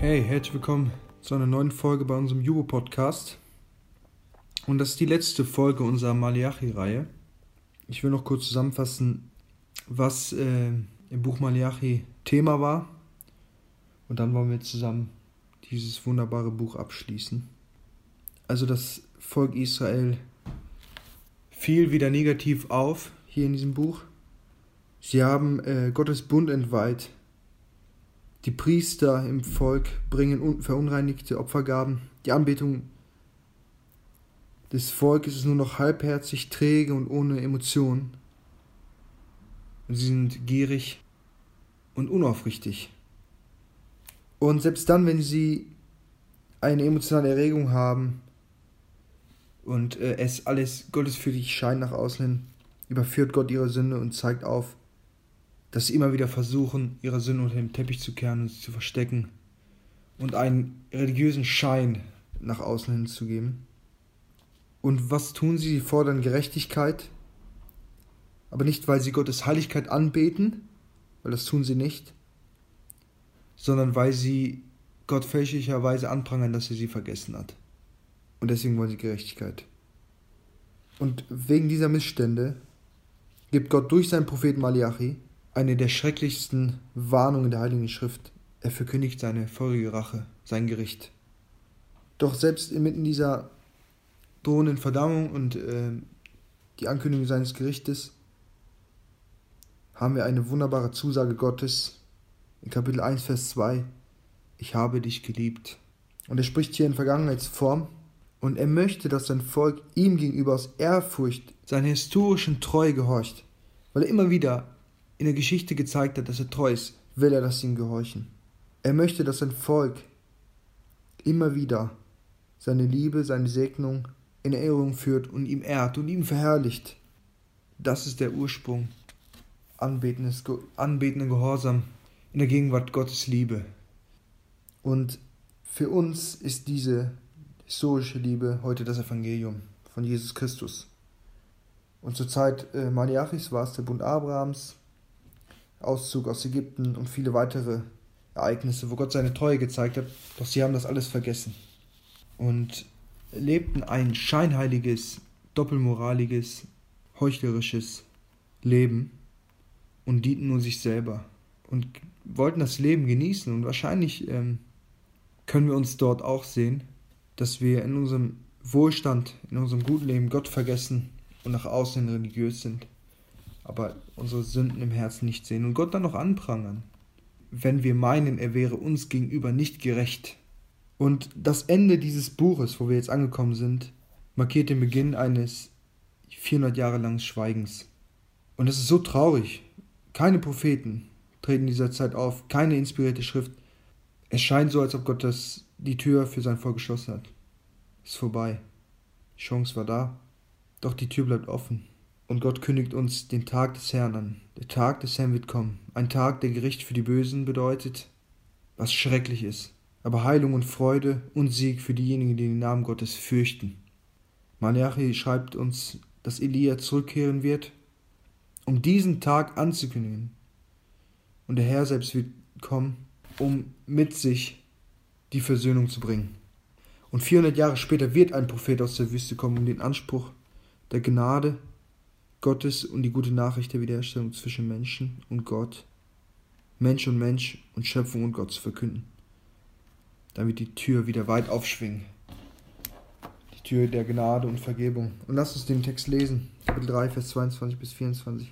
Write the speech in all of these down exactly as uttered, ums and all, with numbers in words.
Hey, herzlich willkommen zu einer neuen Folge bei unserem Jubo-Podcast. Und das ist die letzte Folge unserer Malachi-Reihe. Ich will noch kurz zusammenfassen, was äh, im Buch Malachi Thema war. Und dann wollen wir zusammen dieses wunderbare Buch abschließen. Also das Volk Israel fiel wieder negativ auf hier in diesem Buch. Sie haben äh, Gottes Bund entweiht. Die Priester im Volk bringen verunreinigte Opfergaben. Die Anbetung des Volkes ist nur noch halbherzig, träge und ohne Emotionen. Sie sind gierig und unaufrichtig. Und selbst dann, wenn sie eine emotionale Erregung haben und äh, es alles gottesfürchtig scheint nach außen hin, überführt Gott ihre Sünde und zeigt auf, dass sie immer wieder versuchen, ihre Sünde unter den Teppich zu kehren und sie zu verstecken und einen religiösen Schein nach außen hin zu geben. Und was tun sie? Sie fordern Gerechtigkeit, aber nicht, weil sie Gottes Heiligkeit anbeten, weil das tun sie nicht, sondern weil sie Gott fälschlicherweise anprangern, dass er sie vergessen hat. Und deswegen wollen sie Gerechtigkeit. Und wegen dieser Missstände gibt Gott durch seinen Propheten Malachi eine der schrecklichsten Warnungen der Heiligen Schrift. Er verkündigt seine feurige Rache, sein Gericht. Doch selbst inmitten dieser drohenden Verdammung und äh, die Ankündigung seines Gerichtes haben wir eine wunderbare Zusage Gottes in Kapitel eins, Vers zwei. Ich habe dich geliebt. Und er spricht hier in Vergangenheitsform und er möchte, dass sein Volk ihm gegenüber aus Ehrfurcht seiner historischen Treue gehorcht, weil er immer wieder in der Geschichte gezeigt hat, dass er treu ist, will er, dass sie ihm gehorchen. Er möchte, dass sein Volk immer wieder seine Liebe, seine Segnung in Erinnerung führt und ihm ehrt und ihm verherrlicht. Das ist der Ursprung anbetenden Gehorsam in der Gegenwart Gottes Liebe. Und für uns ist diese historische Liebe heute das Evangelium von Jesus Christus. Und zur Zeit äh, Malachis war es der Bund Abrahams, Auszug aus Ägypten und viele weitere Ereignisse, wo Gott seine Treue gezeigt hat, doch sie haben das alles vergessen und lebten ein scheinheiliges, doppelmoraliges, heuchlerisches Leben und dienten nur sich selber und wollten das Leben genießen. Und wahrscheinlich ähm, können wir uns dort auch sehen, dass wir in unserem Wohlstand, in unserem guten Leben Gott vergessen und nach außen religiös sind, aber unsere Sünden im Herzen nicht sehen und Gott dann noch anprangern, wenn wir meinen, er wäre uns gegenüber nicht gerecht. Und das Ende dieses Buches, wo wir jetzt angekommen sind, markiert den Beginn eines vierhundert Jahre langen Schweigens. Und es ist so traurig. Keine Propheten treten in dieser Zeit auf, keine inspirierte Schrift. Es scheint so, als ob Gott das, die Tür für sein Volk geschlossen hat. Es ist vorbei. Die Chance war da, doch die Tür bleibt offen. Und Gott kündigt uns den Tag des Herrn an. Der Tag des Herrn wird kommen. Ein Tag, der Gericht für die Bösen bedeutet, was schrecklich ist. Aber Heilung und Freude und Sieg für diejenigen, die den Namen Gottes fürchten. Malachi schreibt uns, dass Elia zurückkehren wird, um diesen Tag anzukündigen. Und der Herr selbst wird kommen, um mit sich die Versöhnung zu bringen. Und vierhundert Jahre später wird ein Prophet aus der Wüste kommen, um den Anspruch der Gnade Gottes und die gute Nachricht der Wiederherstellung zwischen Menschen und Gott, Mensch und Mensch und Schöpfung und Gott zu verkünden. Dann wird die Tür wieder weit aufschwingen. Die Tür der Gnade und Vergebung. Und lasst uns den Text lesen. Kapitel drei, Vers zweiundzwanzig bis vierundzwanzig.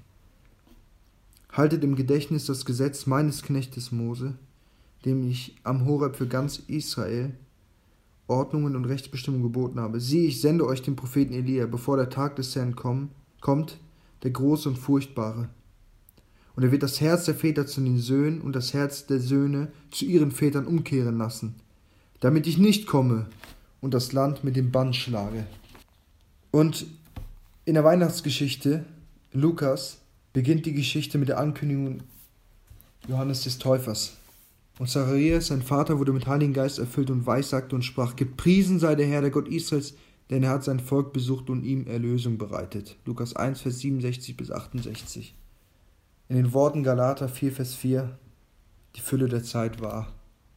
Haltet im Gedächtnis das Gesetz meines Knechtes Mose, dem ich am Horeb für ganz Israel Ordnungen und Rechtsbestimmungen geboten habe. Siehe, ich sende euch den Propheten Elia, bevor der Tag des Herrn kommt, kommt, der große und furchtbare. Und er wird das Herz der Väter zu den Söhnen und das Herz der Söhne zu ihren Vätern umkehren lassen, damit ich nicht komme und das Land mit dem Bann schlage. Und in der Weihnachtsgeschichte, Lukas, beginnt die Geschichte mit der Ankündigung Johannes des Täufers. Und Zacharias, sein Vater, wurde mit Heiligen Geist erfüllt und weissagte und sprach, gepriesen sei der Herr, der Gott Israels, denn er hat sein Volk besucht und ihm Erlösung bereitet. Lukas eins, Vers siebenundsechzig bis achtundsechzig. In den Worten Galater vier, Vers vier, die Fülle der Zeit war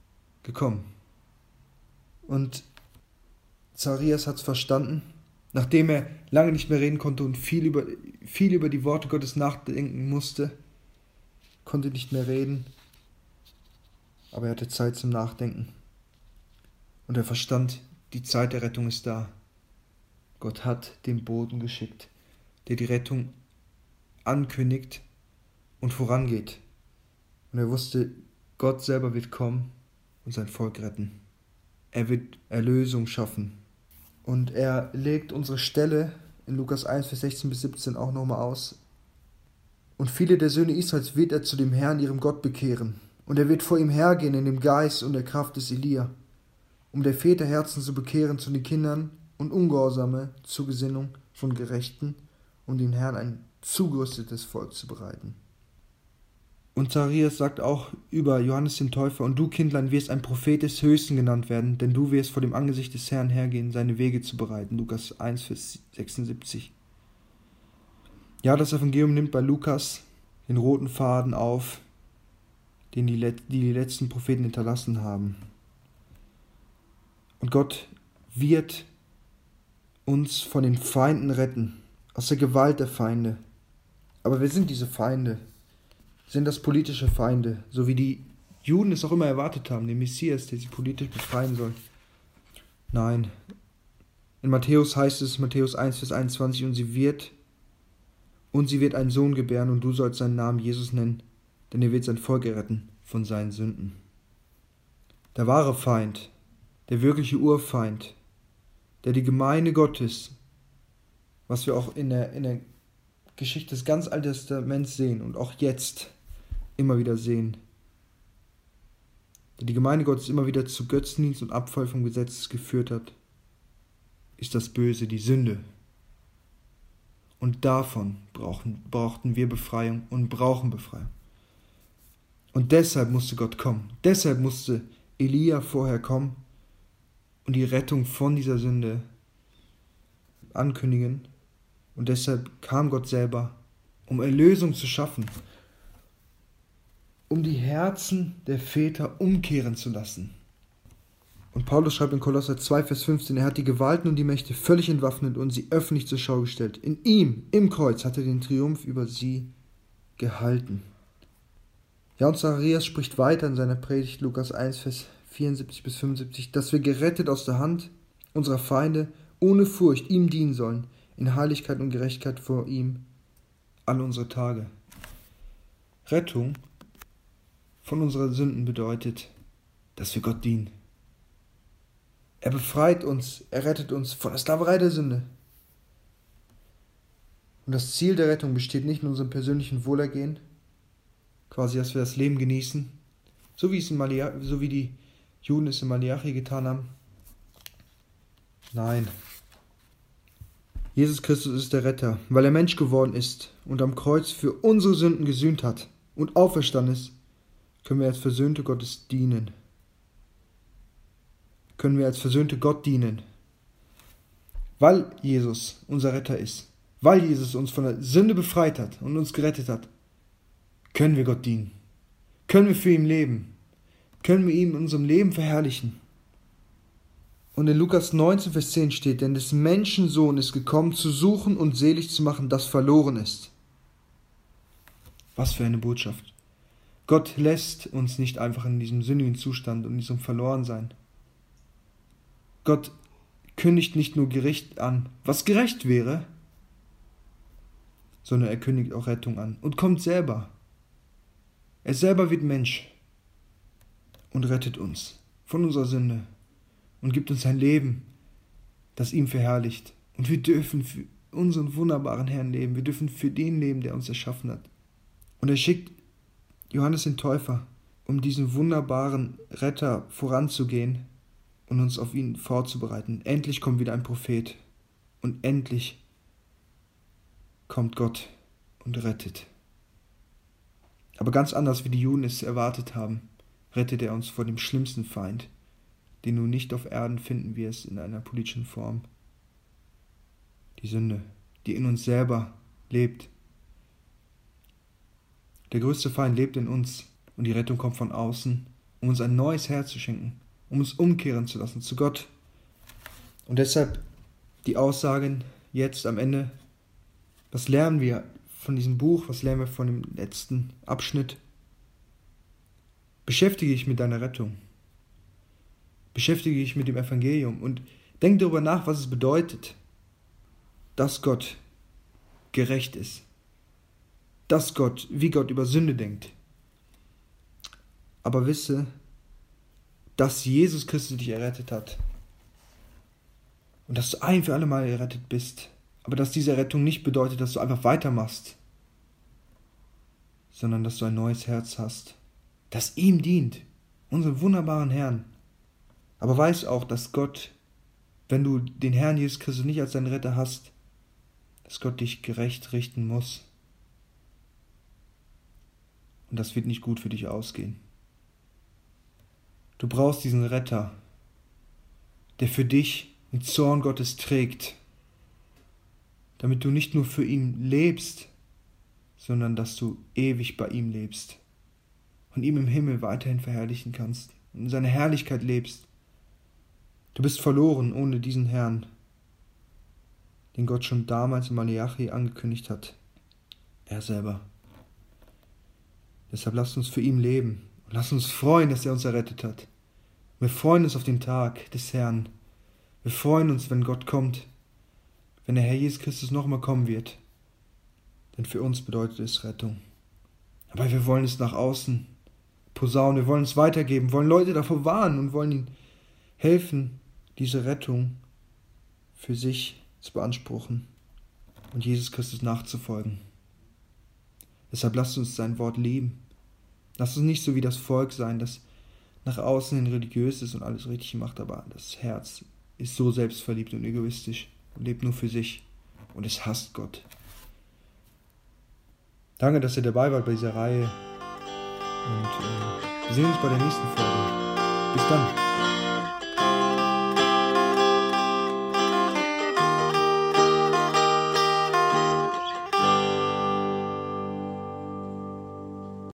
gekommen. Und Zacharias hat es verstanden, nachdem er lange nicht mehr reden konnte und viel über, viel über die Worte Gottes nachdenken musste, konnte nicht mehr reden, aber er hatte Zeit zum Nachdenken. Und er verstand, die Zeit der Rettung ist da. Gott hat den Boten geschickt, der die Rettung ankündigt und vorangeht. Und er wusste, Gott selber wird kommen und sein Volk retten. Er wird Erlösung schaffen. Und er legt unsere Stelle in Lukas eins, Vers sechzehn bis siebzehn auch nochmal aus. Und viele der Söhne Israels wird er zu dem Herrn, ihrem Gott, bekehren. Und er wird vor ihm hergehen in dem Geist und der Kraft des Elia, um der Väter Herzen zu bekehren zu den Kindern und Ungehorsame zur Gesinnung von Gerechten, um den Herrn ein zugerüstetes Volk zu bereiten. Und Zacharias sagt auch über Johannes den Täufer: Und du, Kindlein, wirst ein Prophet des Höchsten genannt werden, denn du wirst vor dem Angesicht des Herrn hergehen, seine Wege zu bereiten. Lukas eins, Vers sechsundsiebzig. Ja, das Evangelium nimmt bei Lukas den roten Faden auf, den die, die, die letzten Propheten hinterlassen haben. Und Gott wird uns von den Feinden retten, aus der Gewalt der Feinde. Aber wer sind diese Feinde? Sind das politische Feinde, so wie die Juden es auch immer erwartet haben, den Messias, der sie politisch befreien soll? Nein. In Matthäus heißt es, Matthäus eins, Vers einundzwanzig, und sie wird, und sie wird einen Sohn gebären, und du sollst seinen Namen Jesus nennen, denn er wird sein Volk erretten von seinen Sünden. Der wahre Feind, der wirkliche Urfeind, der die Gemeinde Gottes, was wir auch in der, in der Geschichte des ganz Alten Testaments sehen und auch jetzt immer wieder sehen, der die Gemeinde Gottes immer wieder zu Götzendienst und Abfall vom Gesetz geführt hat, ist das Böse, die Sünde. Und davon brauchen, brauchten wir Befreiung und brauchen Befreiung. Und deshalb musste Gott kommen. Deshalb musste Elia vorher kommen und die Rettung von dieser Sünde ankündigen. Und deshalb kam Gott selber, um Erlösung zu schaffen, um die Herzen der Väter umkehren zu lassen. Und Paulus schreibt in Kolosser zwei, Vers fünfzehn, er hat die Gewalten und die Mächte völlig entwaffnet und sie öffentlich zur Schau gestellt. In ihm, im Kreuz, hat er den Triumph über sie gehalten. Ja, und Zacharias spricht weiter in seiner Predigt, Lukas eins, Vers vierundsiebzig bis fünfundsiebzig, dass wir gerettet aus der Hand unserer Feinde ohne Furcht ihm dienen sollen, in Heiligkeit und Gerechtigkeit vor ihm all unsere Tage. Rettung von unseren Sünden bedeutet, dass wir Gott dienen. Er befreit uns, er rettet uns von der Sklaverei der Sünde. Und das Ziel der Rettung besteht nicht in unserem persönlichen Wohlergehen, quasi, dass wir das Leben genießen, so wie, es in Malachi, so wie die Juden es in Malachi getan haben. Nein. Jesus Christus ist der Retter, weil er Mensch geworden ist und am Kreuz für unsere Sünden gesühnt hat und auferstanden ist, können wir als Versöhnte Gottes dienen. Können wir als Versöhnte Gott dienen. Weil Jesus unser Retter ist, weil Jesus uns von der Sünde befreit hat und uns gerettet hat, können wir Gott dienen. Können wir für ihn leben. Können wir ihn in unserem Leben verherrlichen. Und in Lukas neunzehn, Vers zehn steht, denn des Menschen Sohn ist gekommen, zu suchen und selig zu machen, das verloren ist. Was für eine Botschaft. Gott lässt uns nicht einfach in diesem sündigen Zustand und in diesem Verlorensein. Gott kündigt nicht nur Gericht an, was gerecht wäre, sondern er kündigt auch Rettung an und kommt selber. Er selber wird Mensch und rettet uns von unserer Sünde und gibt uns ein Leben, das ihm verherrlicht. Und wir dürfen für unseren wunderbaren Herrn leben. Wir dürfen für den leben, der uns erschaffen hat. Und er schickt Johannes den Täufer, um diesen wunderbaren Retter voranzugehen und uns auf ihn vorzubereiten. Endlich kommt wieder ein Prophet und endlich kommt Gott und rettet. Aber ganz anders, wie die Juden es erwartet haben, rettet er uns vor dem schlimmsten Feind, den du nicht auf Erden finden wirst in einer politischen Form. Die Sünde, die in uns selber lebt. Der größte Feind lebt in uns und die Rettung kommt von außen um uns ein neues Herz zu schenken, um uns umkehren zu lassen zu Gott. Und deshalb die Aussagen jetzt am Ende, was lernen wir von diesem Buch, was lernen wir von dem letzten Abschnitt? Beschäftige dich mit deiner Rettung. Beschäftige dich mit dem Evangelium und denk darüber nach, was es bedeutet, dass Gott gerecht ist. Dass Gott, wie Gott über Sünde denkt. Aber wisse, dass Jesus Christus dich errettet hat. Und dass du ein für alle Mal errettet bist. Aber dass diese Rettung nicht bedeutet, dass du einfach weitermachst, sondern dass du ein neues Herz hast, das ihm dient, unserem wunderbaren Herrn. Aber weiß auch, dass Gott, wenn du den Herrn Jesus Christus nicht als deinen Retter hast, dass Gott dich gerecht richten muss. Und das wird nicht gut für dich ausgehen. Du brauchst diesen Retter, der für dich den Zorn Gottes trägt, damit du nicht nur für ihn lebst, sondern dass du ewig bei ihm lebst und ihm im Himmel weiterhin verherrlichen kannst und in seiner Herrlichkeit lebst. Du bist verloren ohne diesen Herrn, den Gott schon damals in Malachi angekündigt hat. Er selber. Deshalb lasst uns für ihn leben und lasst uns freuen, dass er uns errettet hat. Wir freuen uns auf den Tag des Herrn. Wir freuen uns, wenn Gott kommt, wenn der Herr Jesus Christus nochmal kommen wird. Denn für uns bedeutet es Rettung. Aber wir wollen es nach außen posaunen, wir wollen es weitergeben, wollen Leute davor warnen und wollen ihnen helfen, diese Rettung für sich zu beanspruchen und Jesus Christus nachzufolgen. Deshalb lasst uns sein Wort lieben. Lasst uns nicht so wie das Volk sein, das nach außen hin religiös ist und alles richtig macht, aber das Herz ist so selbstverliebt und egoistisch und lebt nur für sich und es hasst Gott. Danke, dass ihr dabei wart bei dieser Reihe und äh, wir sehen uns bei der nächsten Folge. Bis dann.